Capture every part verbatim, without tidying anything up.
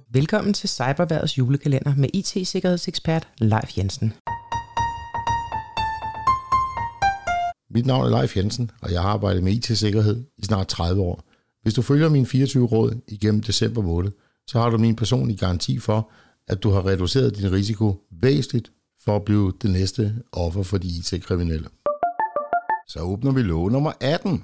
Velkommen til Cyberværdets julekalender med I T-sikkerhedsekspert Leif Jensen. Mit navn er Leif Jensen, og jeg har arbejdet med I T-sikkerhed i snart tredive år. Hvis du følger mine fireogtyve råd igennem december måned, så har du min personlige garanti for, at du har reduceret din risiko væsentligt for at blive det næste offer for de I T-kriminelle. Så åbner vi låge nummer atten,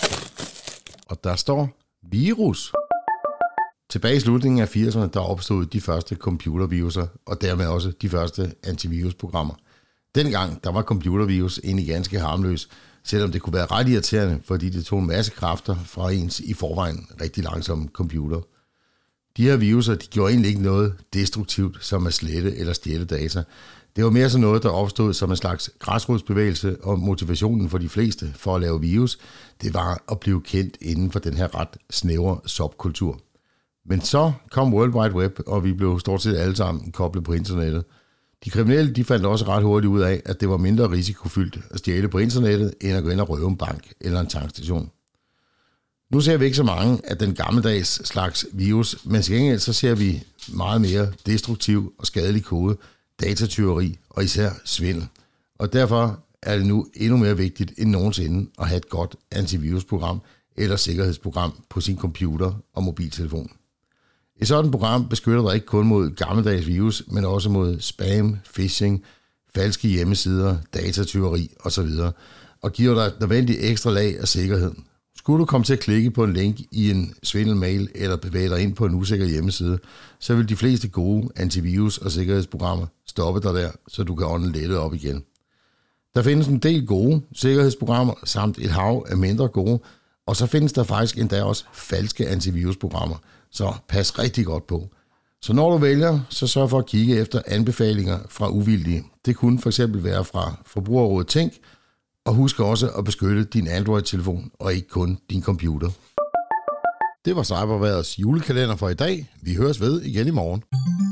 og der står virus. Tilbage i slutningen af firserne, der opstod de første computerviruser, og dermed også de første antivirusprogrammer. Dengang, der var computervirus egentlig ganske harmløs, selvom det kunne være ret irriterende, fordi det tog en masse kræfter fra ens i forvejen rigtig langsomme computer. De her viruser, de gjorde egentlig ikke noget destruktivt, som at slette eller stjæle data. Det var mere sådan noget, der opstod som en slags græsrodsbevægelse, og motivationen for de fleste for at lave virus, det var at blive kendt inden for den her ret snævre subkultur. Men så kom World Wide Web, og vi blev stort set alle sammen koblet på internettet. De kriminelle, de fandt også ret hurtigt ud af, at det var mindre risikofyldt at stjæle på internettet, end at gå ind og røve en bank eller en tankstation. Nu ser vi ikke så mange af den gammeldags slags virus, men til gengæld så ser vi meget mere destruktiv og skadelig kode, datatyveri og især svindel. Og derfor er det nu endnu mere vigtigt end nogensinde at have et godt antivirusprogram eller sikkerhedsprogram på sin computer og mobiltelefon. Et sådan program beskytter dig ikke kun mod gammeldags virus, men også mod spam, phishing, falske hjemmesider, datatyveri osv. og giver dig et nødvendigt ekstra lag af sikkerhed. Skulle du komme til at klikke på en link i en svindelmail eller bevæge dig ind på en usikker hjemmeside, så vil de fleste gode antivirus- og sikkerhedsprogrammer stoppe dig der, så du kan ånde lettet op igen. Der findes en del gode sikkerhedsprogrammer samt et hav af mindre gode, og så findes der faktisk endda også falske antivirusprogrammer, så pas rigtig godt på. Så når du vælger, så sørg for at kigge efter anbefalinger fra uvildige. Det kunne for eksempel være fra Forbrugerrådet Tænk, og husk også at beskytte din Android-telefon og ikke kun din computer. Det var Cyberværdets julekalender for i dag. Vi høres ved igen i morgen.